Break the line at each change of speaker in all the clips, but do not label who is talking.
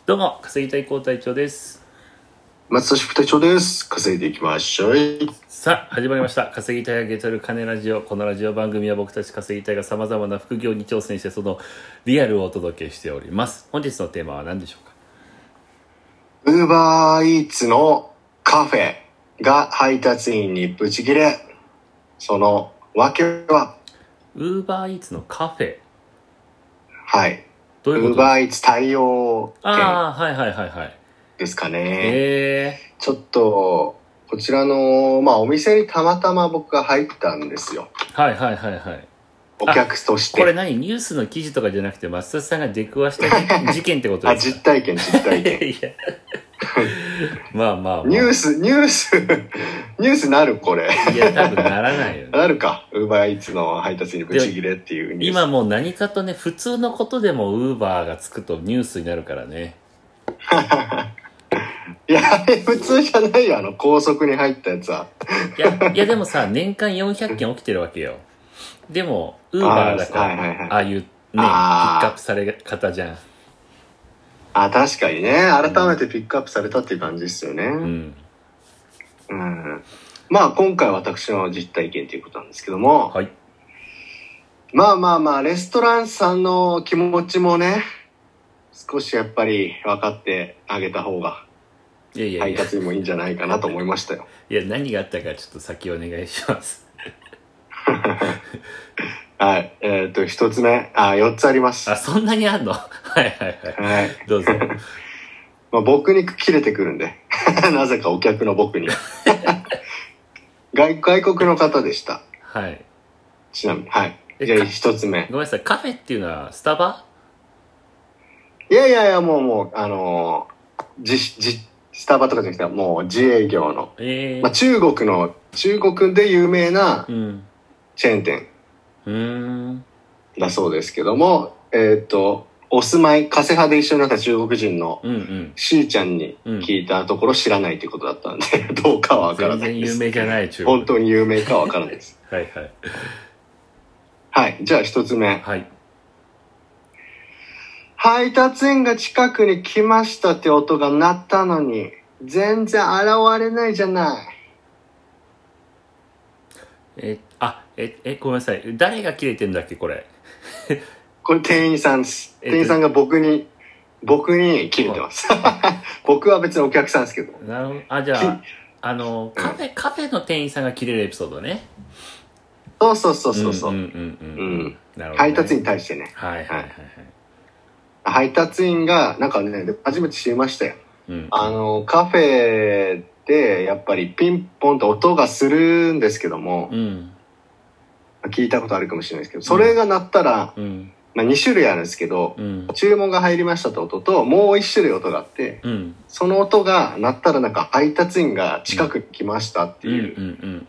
どうも稼ぎたい高隊長です。
松田副隊長です。稼いでいきましょう。
さあ始まりました、稼ぎたいがゲットる金ラジオ。このラジオ番組は僕たち稼ぎたいがさまざまな副業に挑戦してそのリアルをお届けしております。本日のテーマは何でしょうか。
ウーバーイーツのカフェが配達員にブチギレ。その訳は？
ウーバーイーツのカフェ。
はい。
どういうこと？
ウーバーイーツ対応券
はいはいはいはい
ですかね。ちょっとこちらのお店にたまたま僕が入ったんですよ。
はいはいはいはい。
お客として。
これ何、ニュースの記事とかじゃなくて松田さんが出くわした事件ってことですか？
実体験
いやまあ
ニュースなるこれ。
いや多分ならないよね。
なるか。ウーバーイーツの配達員にブチギレっていうニュース。
今もう何かとね、普通のことでもウーバーがつくとニュースになるからね。
いや、普通じゃないよ、高速に入ったやつは。
いやでもさ、年間400件起きてるわけよ。でもウーバーだから、ああいうね、ピックアップされ方じゃん。
確かにね、改めてピックアップされたっていう感じですよね。今回私の実体験ということなんですけども、
はい。
レストランさんの気持ちもね、少しやっぱり分かってあげた方が配達にもいいんじゃないかなと思いましたよ。
いや、何があったかちょっと先お願いします。
はい、一つ目、4つあります。
そんなにあんの？はいどうぞ。
僕に切れてくるんでなぜかお客の僕に外国の方でした。
はい。
ちなみに、はい。じゃあ一つ目。
ごめんなさい、カフェっていうのはスタバ？
いやもうスタバとかじゃなくてもう自営業の、中国で有名なチェーン店だそうですけども、お住まい加瀬派で一緒になった中国人のしーちゃんに聞いたところ知らないということだったんで、どうかは分からないです。
全然有名じゃない中国。
本当に有名かは分からないです。はい、じゃあ一つ目。
はい。
配達員が近くに来ましたって音が鳴ったのに全然現れないじゃない。
ごめんなさい、誰が切れてんだっけこれ。
これ店員さんです。店員さんが僕に切れてます。僕は別にお客さんですけど。
なるほど。じゃあカフェの店員さんが切れるエピソードね。
そう。配達員に対してね。配達員がなんかね、初めて知りましたよ。カフェでやっぱりピンポンと音がするんですけども、聞いたことあるかもしれないですけど、それが鳴ったら、2種類あるんですけど、注文が入りましたと音ともう1種類音があって、その音が鳴ったらなんか配達員が近くに来ましたっていう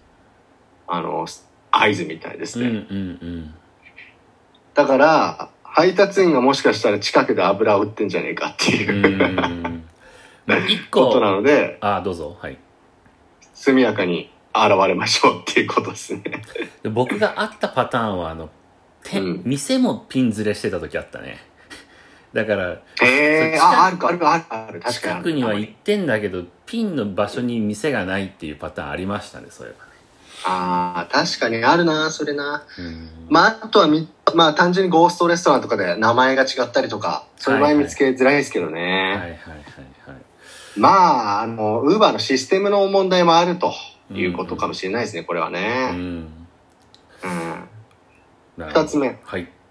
合図みたいですね。だから配達員がもしかしたら近くで油を売ってんじゃねえかっていうことなので、
どうぞ。はい。
速やかに現れましょうっていうことですね。
僕があったパターンは店もピンずれしてた時あったね。だから
ある確かに
近くには行ってんだけどピンの場所に店がないっていうパターンありましたね。そういえばね。
確かにあるな、それな。あとは単純にゴーストレストランとかで名前が違ったりとか、そういう場合見つけづらいですけどね。ウーバーのシステムの問題もあるということかもしれないですね、これはね。2つ目。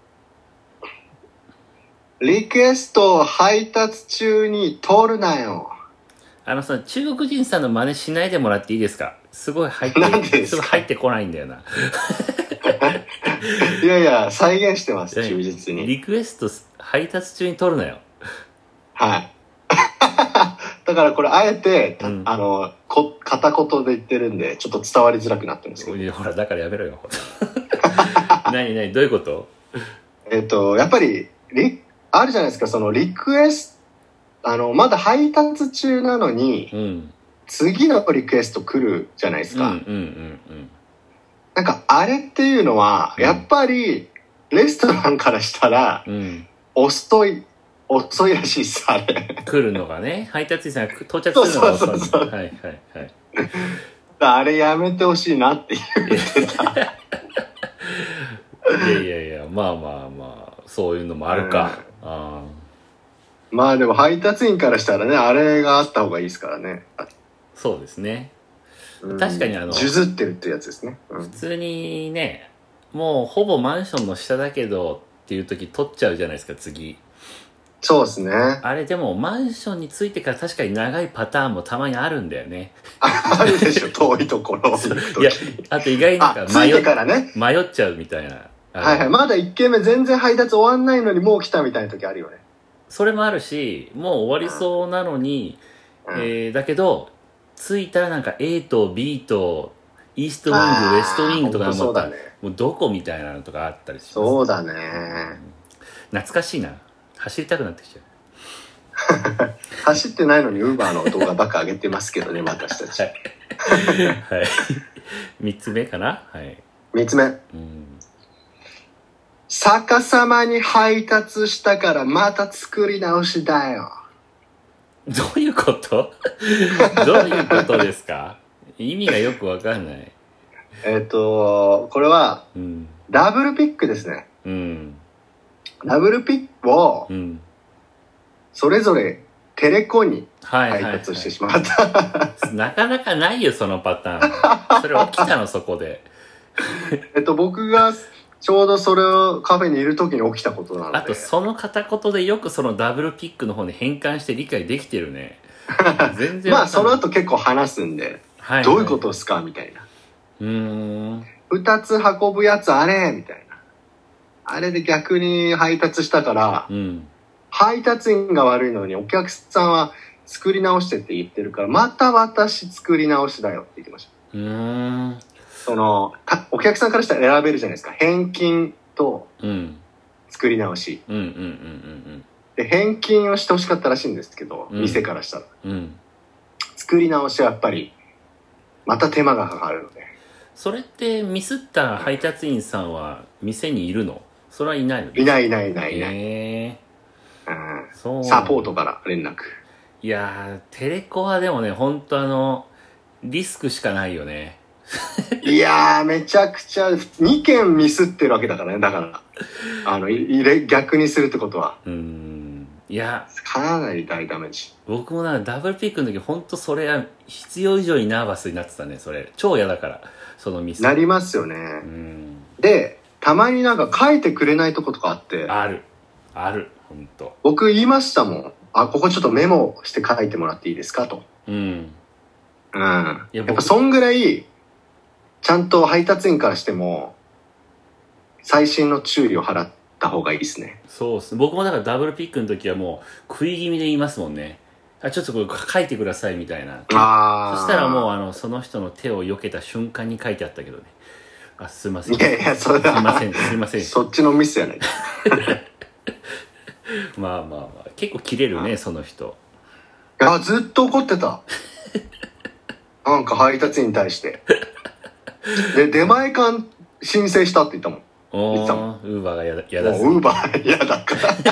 リクエストを配達中に取るなよ。
中国人さんの真似しないでもらっていいですか？すごい入ってこないんだよな。
いや再現してます、忠実に。
リクエスト配達中に取るなよ。
はいだからこれあえて片言で言ってるんでちょっと伝わりづらくなってますけど。
ほらだからやめろよ。何どういうこと？
やっぱりあるじゃないですか、そのリクエストまだ配達中なのに、次のリクエスト来るじゃないですか。なんかあれっていうのはやっぱりレストランからしたら、遅遅いらしいっす、あれ。
来るのがね、配達員さんが到着するのが遅い。
そう。
はいはいはい。
あれやめてほしいなって言ってた。
いや、まあまあまあ、そういうのもあるか。
まあでも配達員からしたらね、あれがあった方がいいですからね。
そうですね。確かに
数珠ってるってやつですね。
普通にね、もうほぼマンションの下だけどっていう時取っちゃうじゃないですか、次。
そうですね。
あれでもマンションに着いてから確かに長いパターンもたまにあるんだよね。
あるでしょ、遠いところ。
いや、あと意外になんか
着いてからね。
迷っちゃうみたいな。
はいはい。まだ1軒目全然配達終わんないのにもう来たみたいな時あるよね。
それもあるし、もう終わりそうなのに、だけど、着いたらなんか A と B と、イーストウィング、ウェストウィングとか
そうだね。
もうどこみたいなのとかあったりします。
そうだね。
懐かしいな。走りたくなってきちゃう。
走ってないのにウーバーの動画ばっか上げてますけどね、私たち。はい。
3つ目かな。はい。
3つ目。逆さまに配達したからまた作り直しだよ。
どういうことどういうことですか？意味がよくわかんない。
これは、ダブルピックですね。ダブルピックを、それぞれテレコに配達してしまった。
なかなかないよ、そのパターン。それ起きたの、そこで。
僕がちょうどそれをカフェにいる時に起きたことなので。
あと、その片言でよくそのダブルピックの方に変換して理解できてるね。全然。
まあ、その後結構話すんで、どういうことですかみたいな。2つ運ぶやつあれみたいな。あれで逆に配達したから、配達員が悪いのにお客さんは作り直してって言ってるから、また私作り直しだよって言ってました。お客さんからしたら選べるじゃないですか。返金と作り直し。で、返金をしてほしかったらしいんですけど、店からしたら。作り直しはやっぱりまた手間がかかるので。
それってミスった配達員さんは店にいるの？それはいないの？
いない。サポートから連絡。
いやー、テレコはでもね、本当リスクしかないよね。
いやー、めちゃくちゃ2件ミスってるわけだからね。だから逆にするってことは。
いや、
かなり大ダメージ。
僕もダブルピックの時本当それ必要以上にナーバスになってたね。それ超嫌だから、そのミス。
なりますよね。で、たまになんか書いてくれないとことかあって。
ある本当。
僕言いましたもん。ここちょっとメモして書いてもらっていいですかと。やっぱそんぐらいちゃんと配達員からしても細心の注意を払った方がいいですね。
そうですね。僕もだからダブルピックの時はもう食い気味で言いますもんね。ちょっとこれ書いてくださいみたいな。そしたらもうその人の手を避けた瞬間に書いてあったけどね。すいません。
いやそれは
すいません。
そっちのミスやない。
まあ結構切れるね、その人。
ずっと怒ってた。なんか配達員に対してで出前館申請したって言ったもん。
ウーバーが嫌だ。
ウーバー嫌だ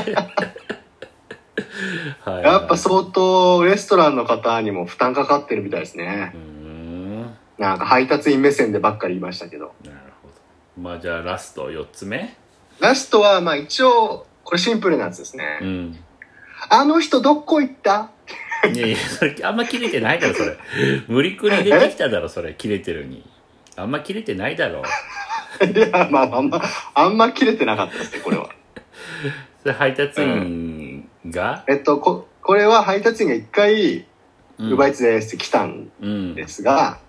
からやっぱ相当レストランの方にも負担かかってるみたいですね。なんか配達員目線でばっかり言いましたけど。
なるほど。じゃあラスト4つ目。
ラストは一応これシンプルなやつですね。あの人どこ行った？
いやそれあんま切れてないだろそれ。無理くり出てきただろそれ、切れてるに。あんま切れてないだろ。
いやあんま切れてなかったですね、これは。
それ配達員が、
これは配達員が一回ウーバーイーツですって来たんですが、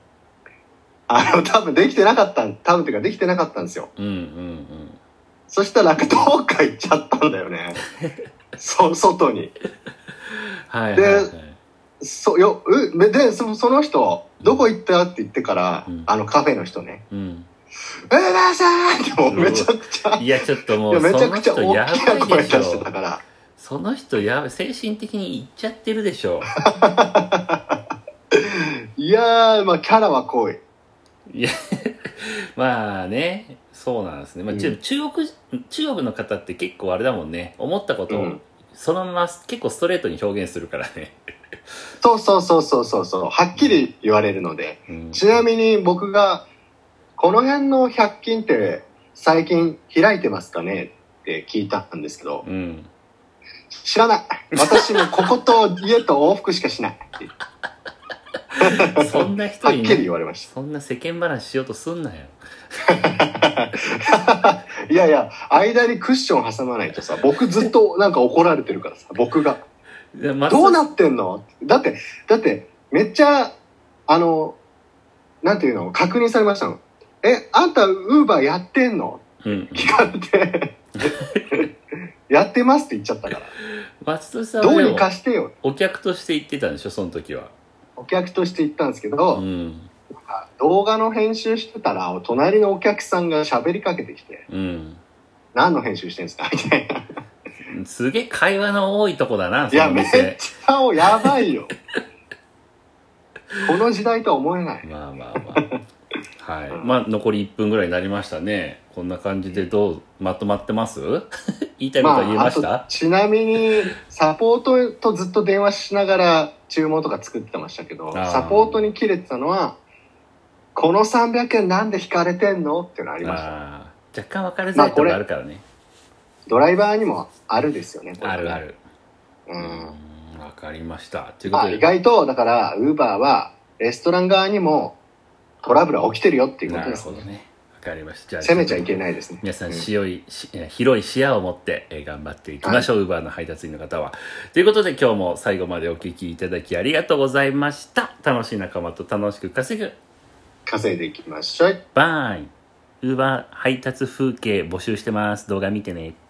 多分できてなかったんですよ。そしたらどっか行っちゃったんだよね。外に。で、その人どこ行ったって言ってから、カフェの人ね、さんってもうめちゃくちゃ、
いやちょっともう
めちゃくちゃ大きな声出してたから、
その人精神的にいっちゃってるでしょ。
いやー、キャラは濃い。
いやまあね、そうなんですね。中国の方って結構あれだもんね、思ったことをそのまま結構ストレートに表現するからね。
そうはっきり言われるので、ちなみに僕がこの辺の100均って最近開いてますかねって聞いたんですけど、知らない、私もここと家と往復しかしないって
そんな人に、
はっきり言われました。
そんな世間話しようとすんなよ。
いやいや、間にクッション挟まないとさ、僕ずっとなんか怒られてるからさ、僕がどうなってんの？だってめっちゃなんていうの確認されましたの。あんたウーバーやってんの？聞かれてやってますって言っちゃったから。
松戸さん
どうにかしてよ。
お客として行ってたんでしょ、その時は。
お客として行ったんですけど、動画の編集してたら隣のお客さんが喋りかけてきて、何の編集してんですかみたい
な。すげえ会話の多いとこだな。
いやめっちゃやばいよ。この時代とは思えない。
まあはい、残り1分ぐらいになりましたね。こんな感じでどうまとまってます言いたいことは言えました？
ちなみにサポートとずっと電話しながら注文とか作ってましたけど、サポートに切れてたのは、この300円なんで引かれてんのっていうのありました。
若干分かりづらいところあるからね。
ドライバーにもあるですよね。
ある。分かりました。ということで
意外とだからウーバーはレストラン側にもトラブルは起きてるよっていうことですね。
なるほどね。分かりました。じゃあ
責めちゃいけないですね。
皆さん広い視野を持って頑張っていきましょう。ウーバーの配達員の方は。ということで今日も最後までお聞きいただきありがとうございました。楽しい仲間と楽しく稼
いでいきましょう。
バイ。ウーバー配達風景募集してます。動画見てね。